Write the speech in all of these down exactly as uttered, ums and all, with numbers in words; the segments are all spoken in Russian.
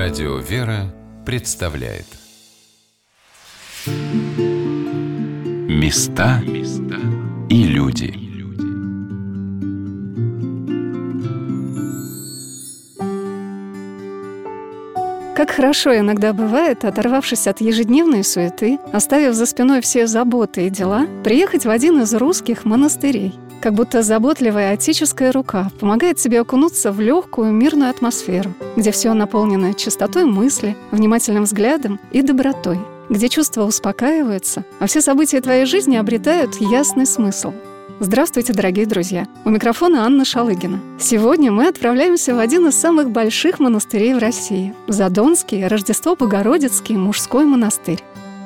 Радио «Вера» представляет Места и люди. Как хорошо иногда бывает, оторвавшись от ежедневной суеты, оставив за спиной все заботы и дела, приехать в один из русских монастырей. Как будто заботливая отеческая рука помогает тебе окунуться в легкую, мирную атмосферу, где все наполнено чистотой мысли, внимательным взглядом и добротой, где чувства успокаиваются, а все события твоей жизни обретают ясный смысл. Здравствуйте, дорогие друзья! У микрофона Анна Шалыгина. Сегодня мы отправляемся в один из самых больших монастырей в России – Задонский Рождество-Богородицкий мужской монастырь.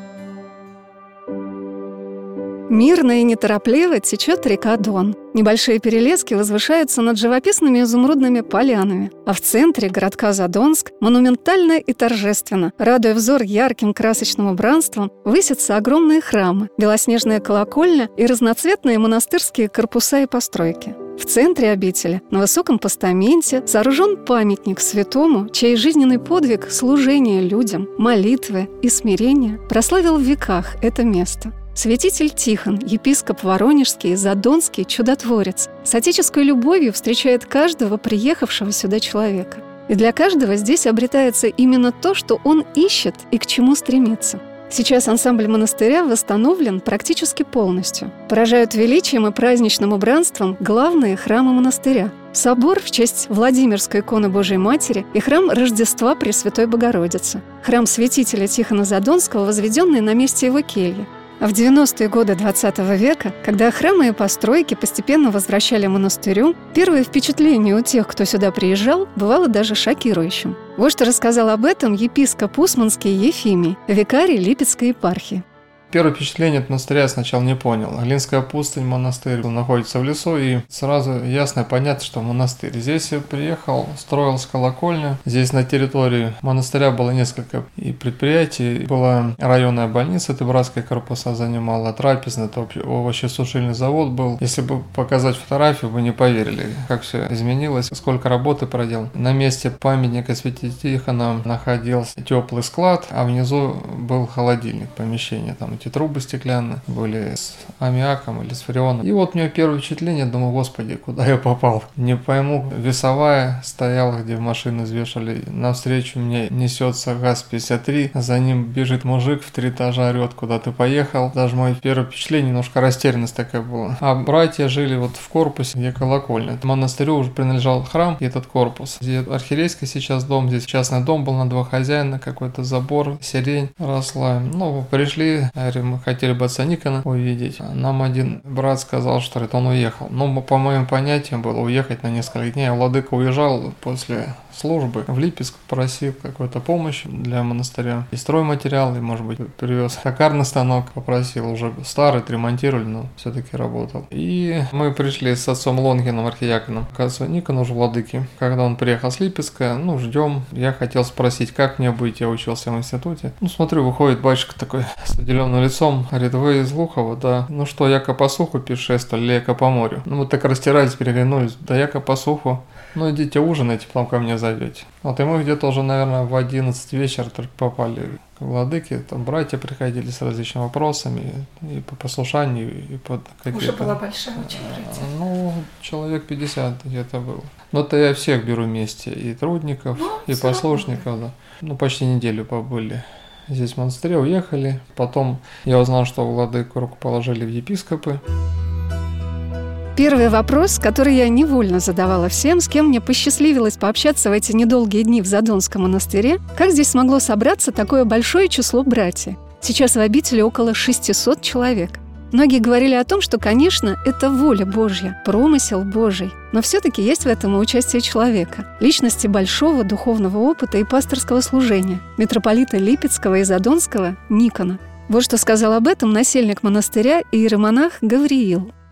Мирно и неторопливо течет река Дон. Небольшие перелески возвышаются над живописными изумрудными полянами, а в центре городка Задонск монументально и торжественно, радуя взор ярким красочным убранством, высятся огромные храмы, белоснежная колокольня и разноцветные монастырские корпуса и постройки. В центре обители, на высоком постаменте, сооружен памятник святому, чей жизненный подвиг, служение людям, молитвы и смирение прославил в веках это место. Святитель Тихон, епископ Воронежский и Задонский чудотворец, с отеческой любовью встречает каждого приехавшего сюда человека. И для каждого здесь обретается именно то, что он ищет и к чему стремится. Сейчас ансамбль монастыря восстановлен практически полностью. Поражают величием и праздничным убранством главные храмы монастыря: собор в честь Владимирской иконы Божией Матери и храм Рождества Пресвятой Богородицы, храм святителя Тихона Задонского, возведенный на месте его кельи. А в девяностые годы двадцатого века, когда храмы и постройки постепенно возвращали монастырю, первое впечатление у тех, кто сюда приезжал, бывало даже шокирующим. Вот что рассказал об этом епископ Усманский Ефимий, викарий Липецкой епархии. Первое впечатление от монастыря я сначала не понял. Глинская пустынь, монастырь находится в лесу, и сразу ясно и понятно, что монастырь. Здесь я приехал, строилась колокольня. Здесь на территории монастыря было несколько и предприятий. Была районная больница, это братская корпуса занимала, трапезная, это овощесушильный завод был. Если бы показать фотографию, вы не поверили, как все изменилось, сколько работы проделал. На месте памятника святителя Тихона находился теплый склад, а внизу был холодильник, помещение там. Эти трубы стеклянные были с аммиаком или с фреоном. И вот у меня первое впечатление, думаю, господи, куда я попал? Не пойму, весовая стояла, где машины взвешивали. Навстречу мне несется ГАЗ пятьдесят три, за ним бежит мужик в три этажа, орет, куда ты поехал. Даже мое первое впечатление, немножко растерянность такая была. А братья жили вот в корпусе, где колокольня. Монастырю уже принадлежал храм и этот корпус. Здесь архиерейский сейчас дом, здесь частный дом был на два хозяина, какой-то забор, сирень росла. Ну, пришли, мы хотели бы отца Никона увидеть. Нам один брат сказал, что это он уехал. Но по моим понятиям было уехать на несколько дней. Владыка уезжал после службы в Липецк, просил какой-то помощи для монастыря. И стройматериал, и, может быть, привез токарный станок, попросил. Уже старый, отремонтировали, но все-таки работал. И мы пришли с отцом Лонгином, архияконом, к отцу Никону, уже владыке. Когда он приехал с Липецка, ну, ждем. Я хотел спросить, как мне быть, я учился в институте. Ну, смотрю, выходит батюшка такой с отделенным лицом, говорит, вы из Лухова, да? Ну что, яко по суху путешествовали, или яко по морю? Ну, мы так растирались, переглянулись, да яко по суху. Ну, идите ужинайте, потом ко мне зайдете. Вот и мы где-то уже, наверное, в одиннадцать вечера только попали к владыке. Там братья приходили с различными вопросами, и по послушанию, и под какие-то... Уже была большая очень братья. Ну, человек пятьдесят где-то было. Но это я всех беру вместе, и трудников, ну, и послушников, да. Ну, почти неделю побыли. Здесь в монастыре, уехали. Потом я узнал, что владыку руку положили в епископы. Первый вопрос, который я невольно задавала всем, с кем мне посчастливилось пообщаться в эти недолгие дни в Задонском монастыре, как здесь смогло собраться такое большое число братьев. Сейчас в обители около шестисот человек. Многие говорили о том, что, конечно, это воля Божья, промысел Божий. Но все-таки есть в этом и участие человека, личности большого духовного опыта и пасторского служения, митрополита Липецкого и Задонского Никона. Вот что сказал об этом насельник монастыря иеромонах Гавриил.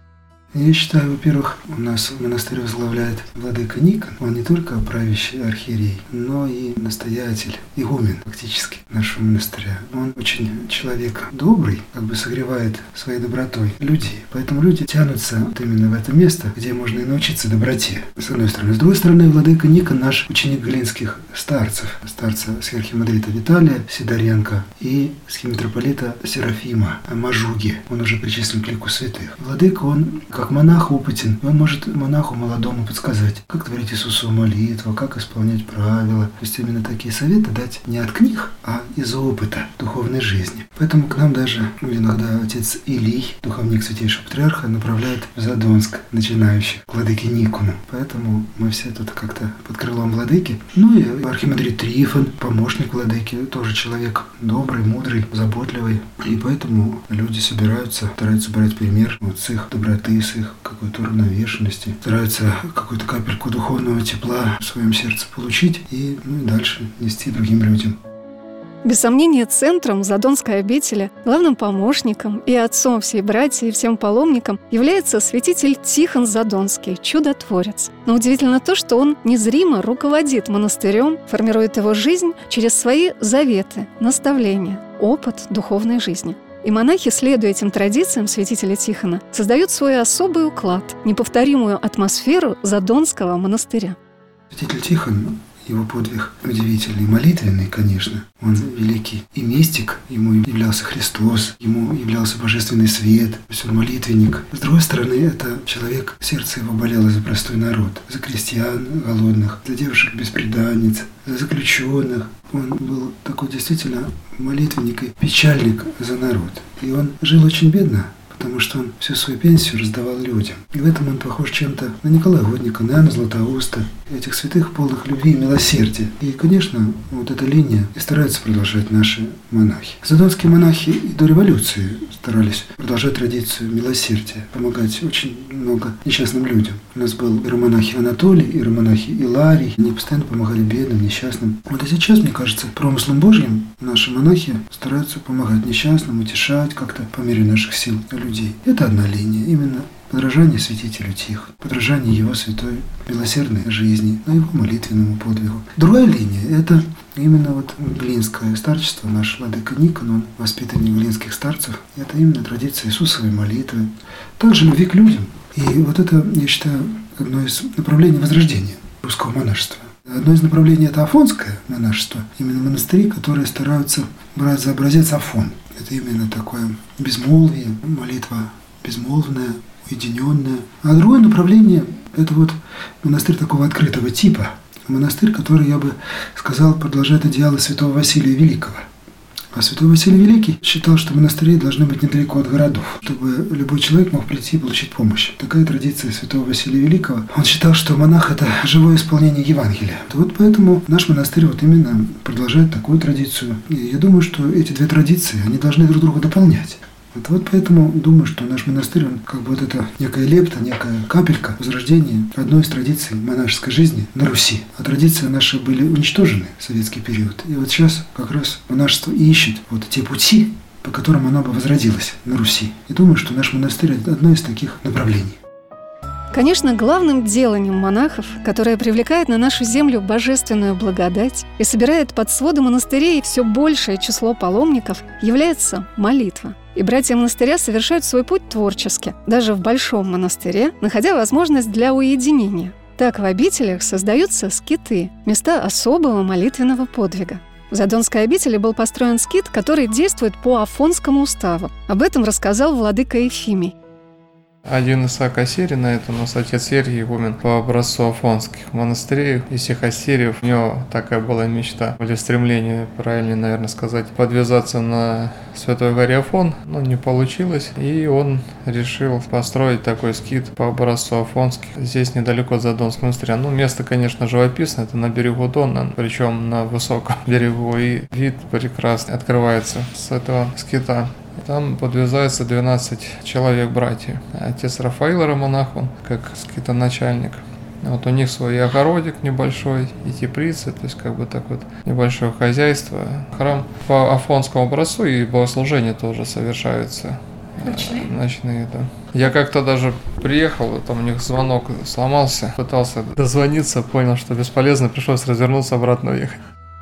Я считаю, во-первых, у нас монастырь возглавляет владыка Никон. Он не только правящий архиерей, но и настоятель, игумен фактически нашего монастыря. Он очень человек добрый, как бы согревает своей добротой людей. Поэтому люди тянутся вот именно в это место, где можно и научиться доброте, с одной стороны. С другой стороны, владыка Никон наш ученик глинских старцев, старца схиархимандрита Виталия Сидоренко и схимитрополита Серафима Мажуги. Он уже причислен к лику святых. Владыка, он как монах опытен, и он может монаху молодому подсказать, как творить Иисусову молитву, как исполнять правила. То есть именно такие советы дать не от книг, а из опыта духовной жизни. Поэтому к нам даже иногда отец Илий, духовник святейшего патриарха, направляет в Задонск начинающих к владыке Никону. Поэтому мы все тут как-то под крылом владыки. Ну и архимандрит Трифон, помощник владыки, тоже человек добрый, мудрый, заботливый. И поэтому люди собираются, стараются брать пример вот с их доброты, с их какой-то уравновешенности, стараются какую-то капельку духовного тепла в своем сердце получить и, ну, и дальше нести другим людям. Без сомнения, центром Задонской обители, главным помощником и отцом всей братьи и всем паломникам является святитель Тихон Задонский, чудотворец. Но удивительно то, что он незримо руководит монастырем, формирует его жизнь через свои заветы, наставления, опыт духовной жизни. И монахи, следуя этим традициям святителя Тихона, создают свой особый уклад, неповторимую атмосферу Задонского монастыря. Святитель Тихон, его подвиг удивительный, молитвенный, конечно. Он великий и мистик, ему являлся Христос, ему являлся Божественный свет, то есть он молитвенник. С другой стороны, это человек, сердце его болело за простой народ, за крестьян голодных, за девушек-бесприданниц, за заключенных. Он был такой действительно молитвенник и печальник за народ. И он жил очень бедно, потому что он всю свою пенсию раздавал людям. И в этом он похож чем-то на Николая Годника, на Иоанна Златоуста, этих святых, полных любви и милосердия. И, конечно, вот эта линия и стараются продолжать наши монахи. Задонские монахи и до революции старались продолжать традицию милосердия, помогать очень много несчастным людям. У нас был иеромонахи Анатолий, иеромонахи Иларий. Они постоянно помогали бедным, несчастным. Вот и сейчас, мне кажется, промыслом Божьим наши монахи стараются помогать несчастным, утешать как-то по мере наших сил людей. Это одна линия, именно подражание святителю Тихону, подражание его святой милосердной жизни, на его молитвенному подвигу. Другая линия – это именно вот глинское старчество, наш владыка Никон, он воспитанник глинских старцев. Это именно традиция Иисусовой молитвы, также любви к людям. И вот это, я считаю, одно из направлений возрождения русского монашества. Одно из направлений – это афонское монашество, именно монастыри, которые стараются брать за образец Афон. Это именно такое безмолвие, молитва безмолвная, уединенная. А другое направление – это вот монастырь такого открытого типа. Монастырь, который, я бы сказал, продолжает идеалы святого Василия Великого. А святой Василий Великий считал, что монастыри должны быть недалеко от городов, чтобы любой человек мог прийти и получить помощь. Такая традиция святого Василия Великого. Он считал, что монах – это живое исполнение Евангелия. Вот поэтому наш монастырь вот именно продолжает такую традицию. И я думаю, что эти две традиции, они должны друг друга дополнять. Вот, вот поэтому думаю, что наш монастырь, он как бы вот это некая лепта, некая капелька возрождения одной из традиций монашеской жизни на Руси. А традиции наши были уничтожены в советский период. И вот сейчас как раз монашество ищет вот те пути, по которым оно бы возродилось на Руси. И думаю, что наш монастырь – это одно из таких направлений. Конечно, главным деланием монахов, которое привлекает на нашу землю божественную благодать и собирает под своды монастырей все большее число паломников, является молитва. И братья монастыря совершают свой путь творчески, даже в большом монастыре, находя возможность для уединения. Так в обителях создаются скиты, места особого молитвенного подвига. В Задонской обители был построен скит, который действует по Афонскому уставу. Об этом рассказал владыка Ефимий. Один из акасирий на это у нас отец Сергий, игумен по образцу афонских монастырей и всех ассириев. У него такая была мечта, или стремление, правильнее, наверное, сказать, подвязаться на Святой горе Афон, но не получилось. И он решил построить такой скит по образцу афонских. Здесь недалеко от Задонского монастыря. Ну, место, конечно, живописное, это на берегу Дона, причем на высоком берегу. И вид прекрасный открывается с этого скита. Там подвязается двенадцать человек братьев. Отец Рафаил романах, он как скитоначальник. Вот у них свой огородик небольшой и теплицы, то есть как бы так вот небольшое хозяйство. Храм по афонскому образцу и богослужение тоже совершаются Ночные? Ночные, да. Я как-то даже приехал, там у них звонок сломался, пытался дозвониться, понял, что бесполезно, пришлось развернуться, обратно уехать.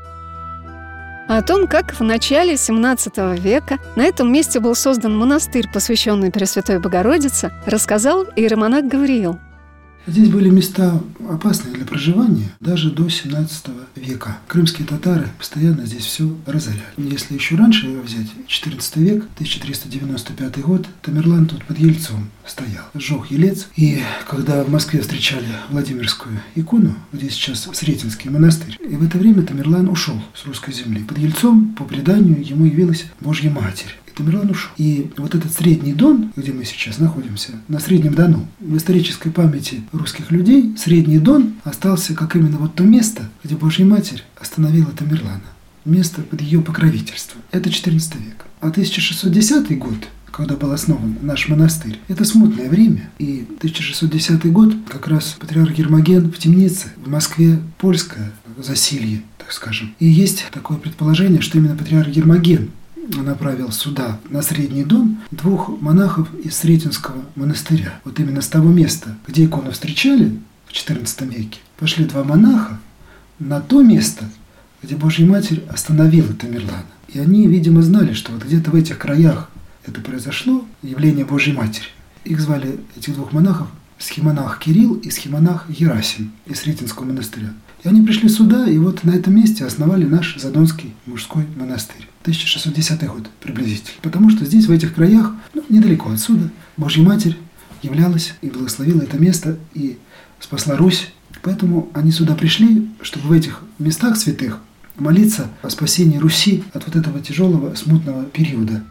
О том, как в начале семнадцатого века на этом месте был создан монастырь, посвященный Пресвятой Богородице, рассказал иеромонах Гавриил. Здесь были места опасные для проживания даже до семнадцатого века. Крымские татары постоянно здесь все разоряли. Если еще раньше взять четырнадцатый век, тысяча триста девяносто пятый год, Тамерлан тут под Ельцом стоял, сжег Елец. И когда в Москве встречали Владимирскую икону, где сейчас Сретенский монастырь, и в это время Тамерлан ушел с русской земли. Под Ельцом, по преданию, ему явилась Божья Матерь. Тамерлан ушел. И вот этот Средний Дон, где мы сейчас находимся, на Среднем Дону, в исторической памяти русских людей Средний Дон остался как именно вот то место, где Божья Матерь остановила Тамерлана. Место под ее покровительством. Это четырнадцатый век. А тысяча шестьсот десятый год, когда был основан наш монастырь, это смутное время. И тысяча шестьсот десятый год как раз патриарх Гермоген в темнице в Москве, польское засилье, так скажем. И есть такое предположение, что именно патриарх Гермоген направил сюда, на Средний Дон, двух монахов из Сретенского монастыря. Вот именно с того места, где икону встречали в четырнадцатом веке, пошли два монаха на то место, где Божья Матерь остановила Тамерлана. И они, видимо, знали, что вот где-то в этих краях это произошло, явление Божьей Матери. Их звали, этих двух монахов, схимонах Кирилл и схимонах Герасим из Сретенского монастыря. И они пришли сюда, и вот на этом месте основали наш Задонский мужской монастырь. тысяча шестьсот десятый год приблизительно. Потому что здесь, в этих краях, ну, недалеко отсюда, Божья Матерь являлась и благословила это место, и спасла Русь. Поэтому они сюда пришли, чтобы в этих местах святых молиться о спасении Руси от вот этого тяжелого, смутного периода.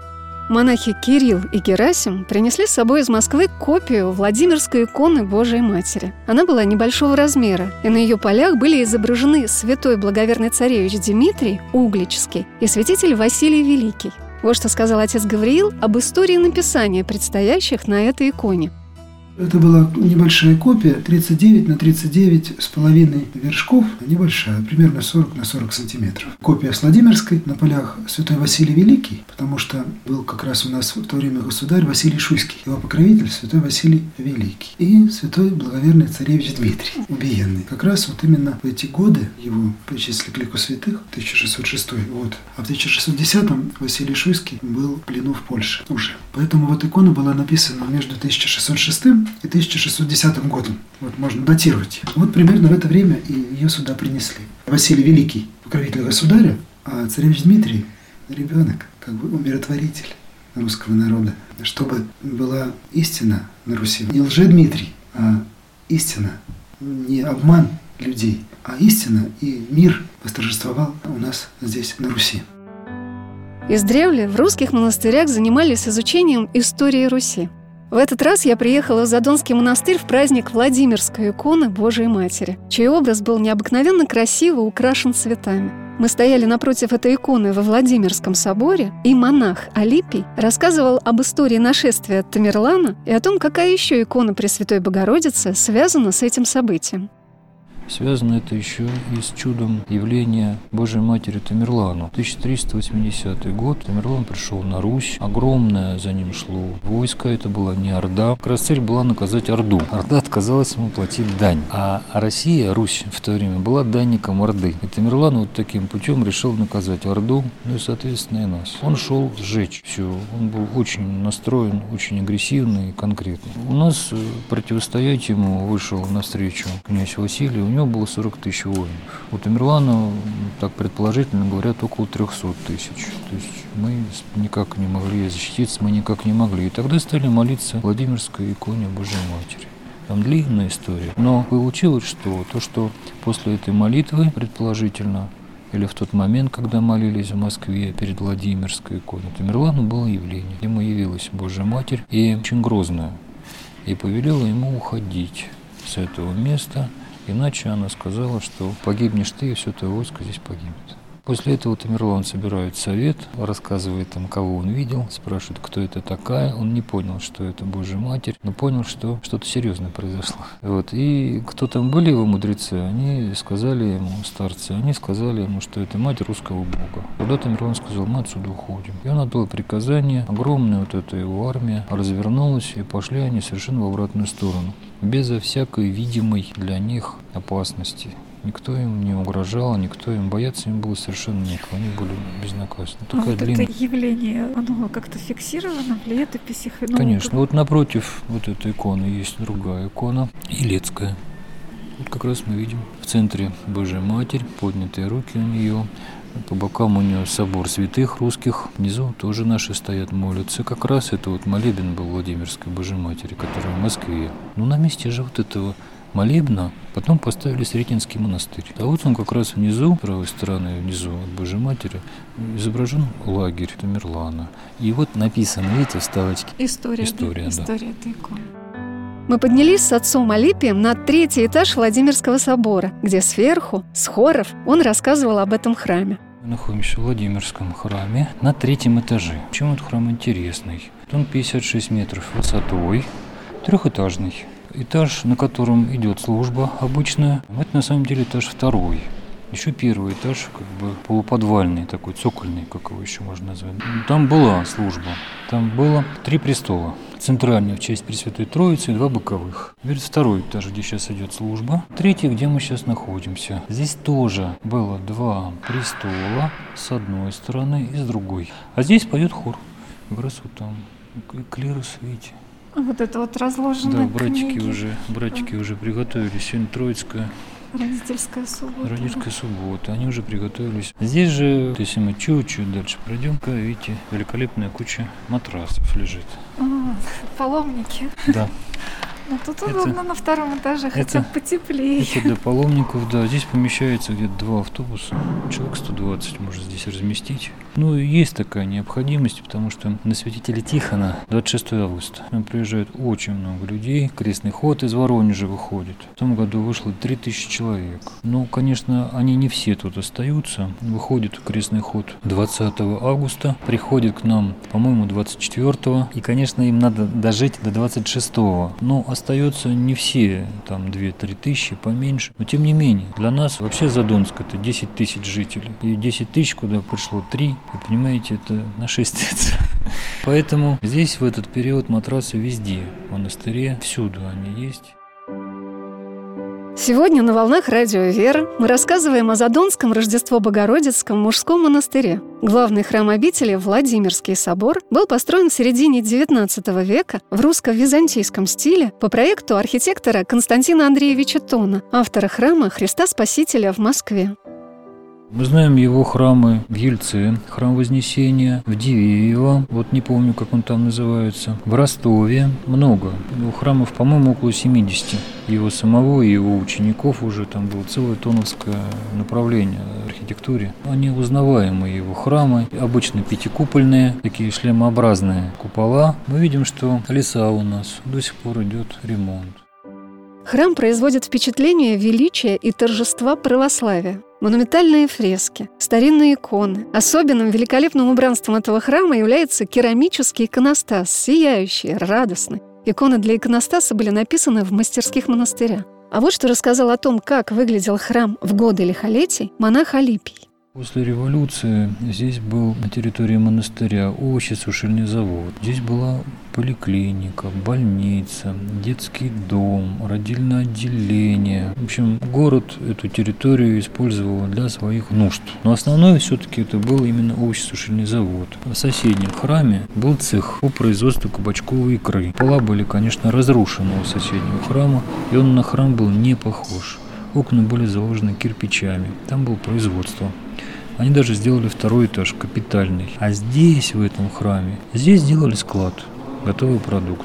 Монахи Кирилл и Герасим принесли с собой из Москвы копию Владимирской иконы Божией Матери. Она была небольшого размера, и на ее полях были изображены святой благоверный царевич Дмитрий Угличский и святитель Василий Великий. Вот что сказал отец Гавриил об истории написания предстоящих на этой иконе. Это была небольшая копия, тридцать девять на тридцать девять с половиной вершков, небольшая, примерно сорок на сорок сантиметров. Копия с Владимирской на полях святой Василий Великий, потому что был как раз у нас в то время государь Василий Шуйский, его покровитель святой Василий Великий и святой благоверный царевич Дмитрий, убиенный. Как раз вот именно в эти годы его причислили к лику святых, тысяча шестьсот шестой год, а в тысяча шестьсот десятом Василий Шуйский был в плену в Польше уже. Поэтому вот икона была написана между тысяча шестьсот шестым и тысяча шестьсот десятым годом. Вот можно датировать. Вот примерно в это время и ее сюда принесли. Василий Великий, покровитель государя, а царевич Дмитрий – ребенок, как бы умиротворитель русского народа. Чтобы была истина на Руси. Не лже-Дмитрий, а истина, не обман людей, а истина и мир восторжествовал у нас здесь на Руси. Издревле в русских монастырях занимались изучением истории Руси. В этот раз я приехала в Задонский монастырь в праздник Владимирской иконы Божией Матери, чей образ был необыкновенно красиво украшен цветами. Мы стояли напротив этой иконы во Владимирском соборе, и монах Алипий рассказывал об истории нашествия Тамерлана и о том, какая еще икона Пресвятой Богородицы связана с этим событием. Связано это еще и с чудом явления Божьей Матери Тамерлану. тысяча триста восьмидесятый год Тамерлан пришел на Русь. Огромное за ним шло войско. Это была не Орда. Как раз цель была наказать Орду. Орда отказалась ему платить дань. А Россия, Русь в то время, была данником Орды. И Тамерлан вот таким путем решил наказать Орду, ну и, соответственно, и нас. Он шел сжечь все. Он был очень настроен, очень агрессивный и конкретный. У нас противостоять ему вышел навстречу князь Василий. У него было сорок тысяч воинов. У Тамерлана, так предположительно говорят, около триста тысяч. То есть мы никак не могли защититься, мы никак не могли. И тогда стали молиться Владимирской иконе Божьей Матери. Там длинная история. Но получилось, что то, что после этой молитвы, предположительно, или в тот момент, когда молились в Москве перед Владимирской иконой, Тамерлану было явление. Ему явилась Божья Матерь, и очень грозная, и повелела ему уходить с этого места. Иначе она сказала, что погибнешь ты, и все твое войско здесь погибнет. После этого Тамерлан собирает совет, рассказывает там, кого он видел, спрашивает, кто это такая. Он не понял, что это Божья Матерь, но понял, что что-то серьезное произошло. Вот. И кто там были его мудрецы, они сказали ему, старцы, они сказали ему, что это мать русского Бога. Тогда Тамерлан сказал, мы отсюда уходим. И он отдал приказание, огромная вот эта его армия развернулась, и пошли они совершенно в обратную сторону, безо всякой видимой для них опасности. Никто им не угрожал, никто им бояться им было совершенно некого, они были безнаказаны. А вот длин... это явление, оно как-то фиксировано в летописях? Ну, Конечно, как... вот напротив вот этой иконы есть другая икона, Илецкая. Вот как раз мы видим в центре Божья Матерь, поднятые руки у нее. По бокам у нее собор святых русских, внизу тоже наши стоят, молятся. Как раз это вот молебен был Владимирской Божьей Матери, который в Москве. Ну, на месте же вот этого молебна потом поставили Сретенский монастырь. А вот он как раз внизу, с правой стороны, внизу от Божьей Матери, изображен лагерь Тамерлана. И вот написано, видите, вставочки. История, История, да? да. История этой иконы. Мы поднялись с отцом Алипием на третий этаж Владимирского собора, где сверху, с хоров, он рассказывал об этом храме. Мы находимся в Владимирском храме на третьем этаже. Почему этот храм интересный? Он пятьдесят шесть метров высотой, трехэтажный. Этаж, на котором идет служба обычная, это на самом деле этаж второй. Еще первый этаж, как бы полуподвальный, такой цокольный, как его еще можно назвать. Там была служба. Там было три престола. Центральный в честь Пресвятой Троицы и два боковых. Теперь второй этаж, где сейчас идет служба. Третий, где мы сейчас находимся. Здесь тоже было два престола с одной стороны и с другой. А здесь поет хор. Как раз вот там клирос, видите. Вот это вот разложенные Да, братики книги. уже, братики да. уже приготовились. Сегодня Троицкая. Родительская суббота. Родительская суббота. Они уже приготовились. Здесь же, если мы чуть-чуть дальше пройдем, видите, великолепная куча матрасов лежит. А, паломники. Да. Ну тут удобно это, на втором этаже, хотя это, бы потеплее. Это для паломников, да. Здесь помещается где-то два автобуса. Человек сто двадцать можно здесь разместить. Ну, и есть такая необходимость, потому что на святителя Тихона двадцать шестого августа там приезжает очень много людей. Крестный ход из Воронежа выходит. В том году вышло три тысячи человек. Ну, конечно, они не все тут остаются. Выходит крестный ход двадцатого августа. Приходит к нам, по-моему, двадцать четвёртого. И, конечно, им надо дожить до двадцать шестого. Но остается не все, там две-три тысячи, поменьше. Но тем не менее, для нас вообще Задонск это десять тысяч жителей. И десять тысяч, куда пришло три, вы понимаете, это нашествие. Поэтому здесь в этот период матрасы везде, в монастыре, всюду они есть. Сегодня на волнах радио «Вера» мы рассказываем о Задонском Рождество-Богородицком мужском монастыре. Главный храм обители, Владимирский собор, был построен в середине девятнадцатого века в русско-византийском стиле по проекту архитектора Константина Андреевича Тона, автора храма Христа Спасителя в Москве. Мы знаем его храмы в Ельце, храм Вознесения, в Дивеево, вот не помню, как он там называется, в Ростове, много. Его храмов, по-моему, около семидесяти. Его самого и его учеников уже там было целое тоновское направление в архитектуре. Они узнаваемые, его храмы, обычно пятикупольные, такие шлемообразные купола. Мы видим, что леса у нас до сих пор идет ремонт. Храм производит впечатление величия и торжества православия. Монументальные фрески, старинные иконы. Особенным великолепным убранством этого храма является керамический иконостас, сияющий, радостный. Иконы для иконостаса были написаны в мастерских монастыря. А вот что рассказал о том, как выглядел храм в годы лихолетий, монах Алипий. После революции здесь был на территории монастыря овощесушильный завод. Здесь была поликлиника, больница, детский дом, родильное отделение. В общем, город эту территорию использовал для своих нужд. Но основное все-таки это был именно овощесушильный завод. В соседнем храме был цех по производству кабачковой икры. Пола были, конечно, разрушены у соседнего храма, и он на храм был не похож. Окна были заложены кирпичами. Там было производство. Они даже сделали второй этаж, капитальный. А здесь, в этом храме, здесь сделали склад готовой продукции.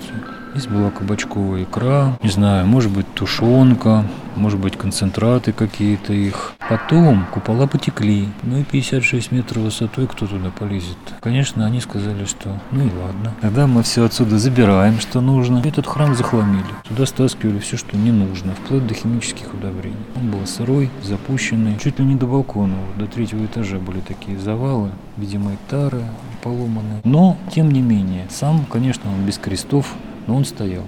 Здесь была кабачковая икра, не знаю, может быть тушенка, может быть концентраты какие-то их. Потом купола потекли, ну и пятьдесят шесть метров высотой, кто туда полезет? Конечно, они сказали, что ну и ладно. Тогда мы все отсюда забираем, что нужно. Этот храм захламили. Туда стаскивали все, что не нужно, вплоть до химических удобрений. Он был сырой, запущенный, чуть ли не до балкона, до третьего этажа были такие завалы, видимо, и тары поломаны. Но, тем не менее, сам, конечно, он без крестов, но он стоял.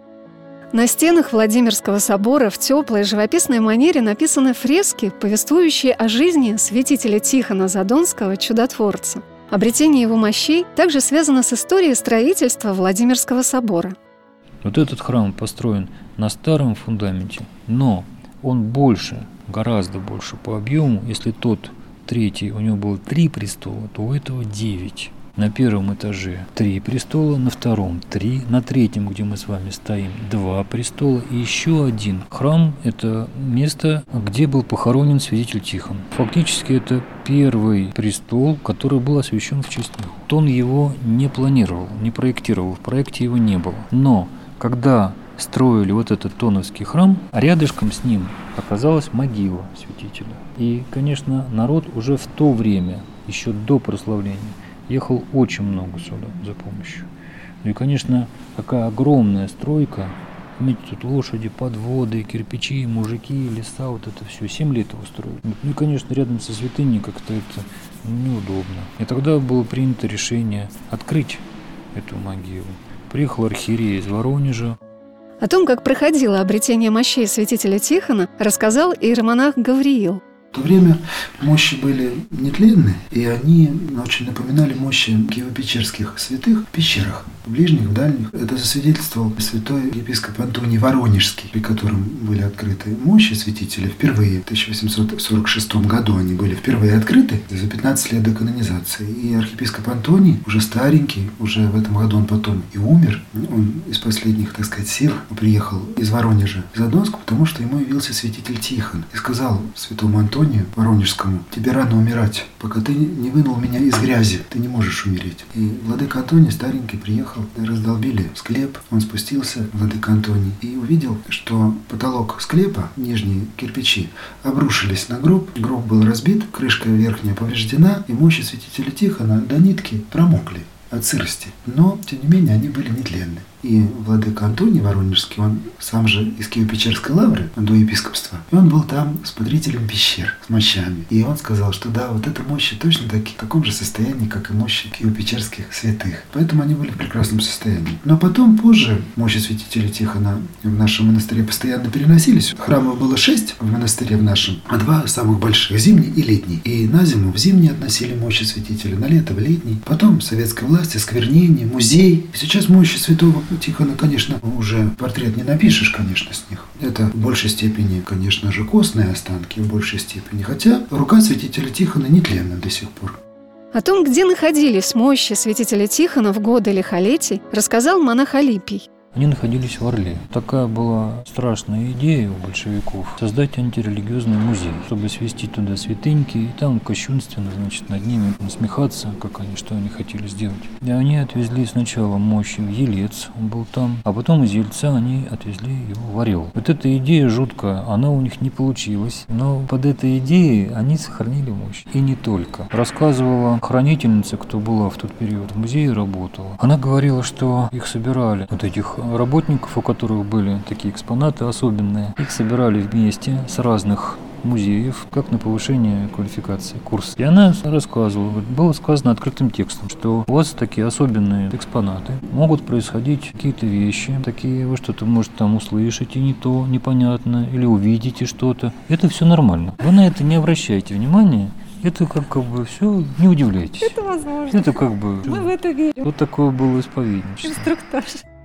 На стенах Владимирского собора в теплой живописной манере написаны фрески, повествующие о жизни святителя Тихона Задонского, чудотворца. Обретение его мощей также связано с историей строительства Владимирского собора. Вот этот храм построен на старом фундаменте, но он больше, гораздо больше по объему. Если тот третий, у него было три престола, то у этого девять. На первом этаже три престола, на втором три, на третьем, где мы с вами стоим, два престола и еще один. Храм – это место, где был похоронен святитель Тихон. Фактически это первый престол, который был освящен в честь него. Он его не планировал, не проектировал, в проекте его не было. Но когда строили вот этот Тоновский храм, рядышком с ним оказалась могила святителя. И, конечно, народ уже в то время, еще до прославления, ехал очень много сюда за помощью. Ну и, конечно, такая огромная стройка. Видите, тут лошади, подводы, кирпичи, мужики, леса, вот это все. Семь лет его строили. Ну и, конечно, рядом со святыней как-то это неудобно. И тогда было принято решение открыть эту могилу. Приехал архиерей из Воронежа. О том, как проходило обретение мощей святителя Тихона, рассказал иеромонах Гавриил. В то время мощи были нетленны, и они очень напоминали мощи киево-печерских святых в пещерах, в ближних, в дальних. Это засвидетельствовал святой епископ Антоний Воронежский, при котором были открыты мощи святителя впервые. В тысяча восемьсот сорок шестом году они были впервые открыты за пятнадцать лет до канонизации. И архиепископ Антоний, уже старенький, уже в этом году он потом и умер, он из последних, так сказать, сил приехал из Воронежа в Задонск, потому что ему явился святитель Тихон и сказал святому Антонию Воронежскому: тебе рано умирать, пока ты не вынул меня из грязи, ты не можешь умереть. И владыка Антоний старенький приехал, раздолбили склеп, он спустился, владыка Антоний, и увидел, что потолок склепа, нижние кирпичи, обрушились на гроб, гроб был разбит, крышка верхняя повреждена, и мощи святителя Тихона до нитки промокли от сырости. Но, тем не менее, они были нетленны. И владыка Антоний Воронежский, он сам же из Киево-Печерской лавры, до епископства, и он был там смотрителем пещер с мощами. И он сказал, что да, вот эта мощи точно таки, в таком же состоянии, как и мощи Киево-Печерских святых. Поэтому они были в прекрасном состоянии. Но потом, позже, мощи святителя Тихона в нашем монастыре постоянно переносились. Храмов было шесть в монастыре в нашем, а два самых больших, зимний и летний. И на зиму в зимний относили мощи святителя, на лето в летний. Потом советская власть, осквернение, музей. И сейчас мощи святого Тихона, конечно, уже портрет не напишешь, конечно, с них. Это в большей степени, конечно же, костные останки, в большей степени. Хотя рука святителя Тихона нетленна до сих пор. О том, где находились мощи святителя Тихона в годы лихолетий, рассказал монах Алипий. Они находились в Орле. Такая была страшная идея у большевиков – создать антирелигиозный музей, чтобы свести туда святыньки и там кощунственно, значит, над ними насмехаться, как они, что они хотели сделать. И они отвезли сначала мощи в Елец, он был там, а потом из Ельца они отвезли его в Орел. Вот эта идея жуткая, она у них не получилась, но под этой идеей они сохранили мощь. И не только. Рассказывала хранительница, кто была в тот период в музее работала. Она говорила, что их собирали, вот этих работников, у которых были такие экспонаты особенные, их собирали вместе с разных музеев, как на повышение квалификации, курс. И она рассказывала, было сказано открытым текстом, что у вас такие особенные экспонаты, могут происходить какие-то вещи, такие, вы что-то, может, там услышите не то, непонятно, или увидите что-то. Это все нормально. Вы на это не обращайте внимания. Это как, как бы все, не удивляйтесь. Это возможно. Это как бы... Мы в это верим. Вот такое было исповедничество. Инструктаж.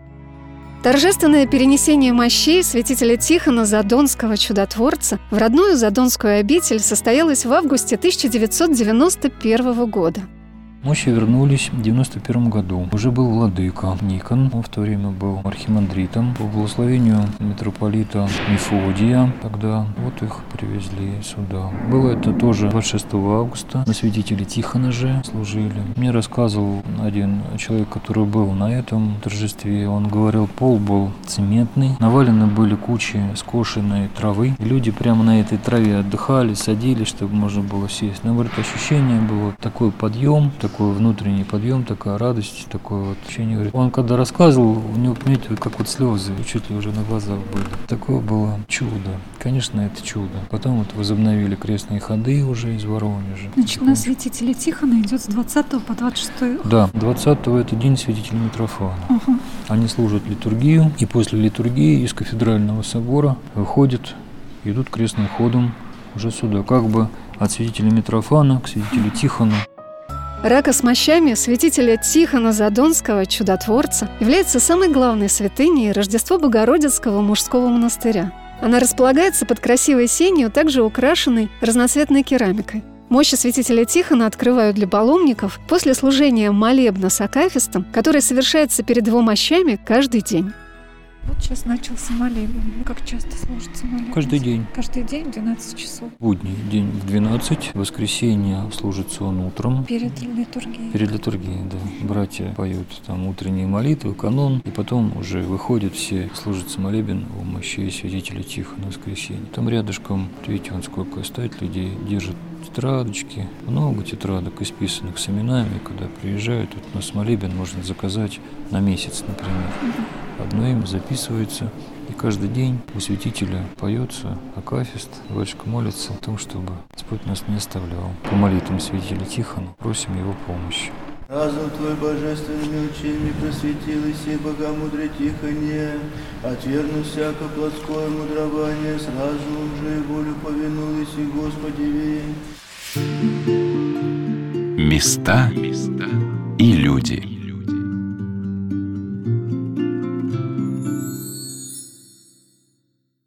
Торжественное перенесение мощей святителя Тихона Задонского чудотворца в родную Задонскую обитель состоялось в августе тысяча девятьсот девяносто первого года. Мощи вернулись в девяносто первом году. Уже был владыка Никон, он в то время был архимандритом. По благословению митрополита Мефодия тогда вот их привезли сюда. Было это тоже двадцать шестого августа. На святителя Тихона же служили. Мне рассказывал один человек, который был на этом торжестве. Он говорил, пол был цементный, навалены были кучи скошенной травы. И люди прямо на этой траве отдыхали, садились, чтобы можно было сесть. Но, говорит, ощущение было такой подъем, такой внутренний подъем, такая радость, такое вот ощущение. Говорит, он когда рассказывал, у него, понимаете, как вот слезы чуть ли уже на глазах были. Такое было чудо. Конечно, это чудо. Потом вот возобновили крестные ходы уже из Воронежа. Значит, на святителя Тихона идет с двадцатого по двадцать шестой. Да, двадцатого это день святителя Митрофана. Угу. Они служат литургию, и после литургии из кафедрального собора выходят, идут крестным ходом уже сюда, как бы от святителя Митрофана к святителю Тихону. Рака с мощами святителя Тихона Задонского, чудотворца, является самой главной святыней Рождества Богородицкого мужского монастыря. Она располагается под красивой сенью, также украшенной разноцветной керамикой. Мощи святителя Тихона открывают для паломников после служения молебна с акафистом, который совершается перед его мощами каждый день. Вот сейчас начался молебен. Как часто служится молебен? Каждый день. Каждый день в двенадцать часов. Будний день в двенадцать, в воскресенье служится он утром. Перед литургией. Перед литургией, да. Братья поют там утренние молитвы, канон, и потом уже выходят все, служится молебен у мощей святителя Тихона в воскресенье. Там рядышком, видите, он сколько стоит людей, держит тетрадочки, много тетрадок, исписанных с именами. Когда приезжают, вот у нас молебен можно заказать на месяц, например. Одно имя записывается, и каждый день у святителя поется акафист, батюшка молится о том, чтобы Господь нас не оставлял. По молитвам святителя Тихона просим его помощи. Разум Твой божественными учениями просветил, и сей богомудрый Тихоне, отвергнув всяко плотское мудрование, с разумом же и волю повинуясь, и Господи. Места и люди.